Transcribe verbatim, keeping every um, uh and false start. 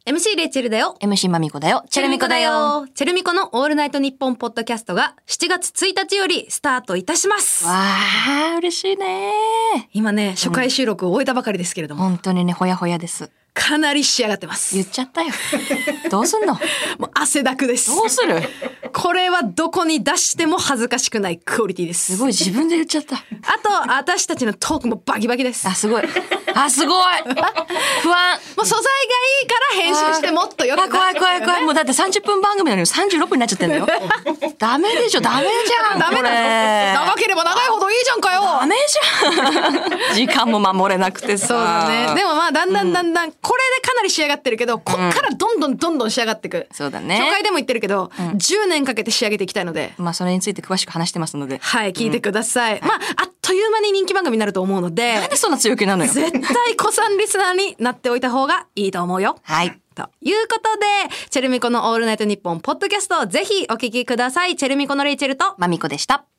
エムシー レイチェルだよ。 エムシー マミコだよ。 チェルミコだよ。チェルミコのオールナイトニッポンポッドキャストがしちがつついたちよりスタートいたします。 わー、嬉しいね。 今ね、初回収録を終えたばかりですけれども。 本当にね、ほやほやです。 かなり仕上がってます。 言っちゃったよ。どうすんの？ もう汗だくです。 どうする？ これはどこに出しても恥ずかしくないクオリティです。 すごい自分で言っちゃった。 あと、私たちのトークもバキバキです。 あ、すごい。あ、すごい。不安。 もう素材がいいから編集してもっとよくなる。 怖い怖い怖い。もうだってさんじゅっぷん番組なのにさんじゅうろっぷんになっちゃってんだよ。ダメでしょ、ダメじゃん。 ダメだよ。長ければ長いほどいいじゃんかよ。 ダメじゃん。時間も守れなくてさ。 そうだね。でもまあだんだんだんだん、これでかなり仕上がってるけど、こっからどんどんどんどん仕上がっていく。 そうだね。 初回でも言ってるけど、うん、じゅうねんかけて仕上げていきたいので。 まあそれについて詳しく話してますので。 はい、聞いてください。うん、まあ、あっという間に人気番組になると思うので。 なんでそんな強気なのよ。 絶対子さんリスナーになっておいた方がいいと思うよ。 はい。 ということで、チェルミコのオールナイトニッポンポッドキャストをぜひお聞きください。チェルミコのレイチェルとマミコでした。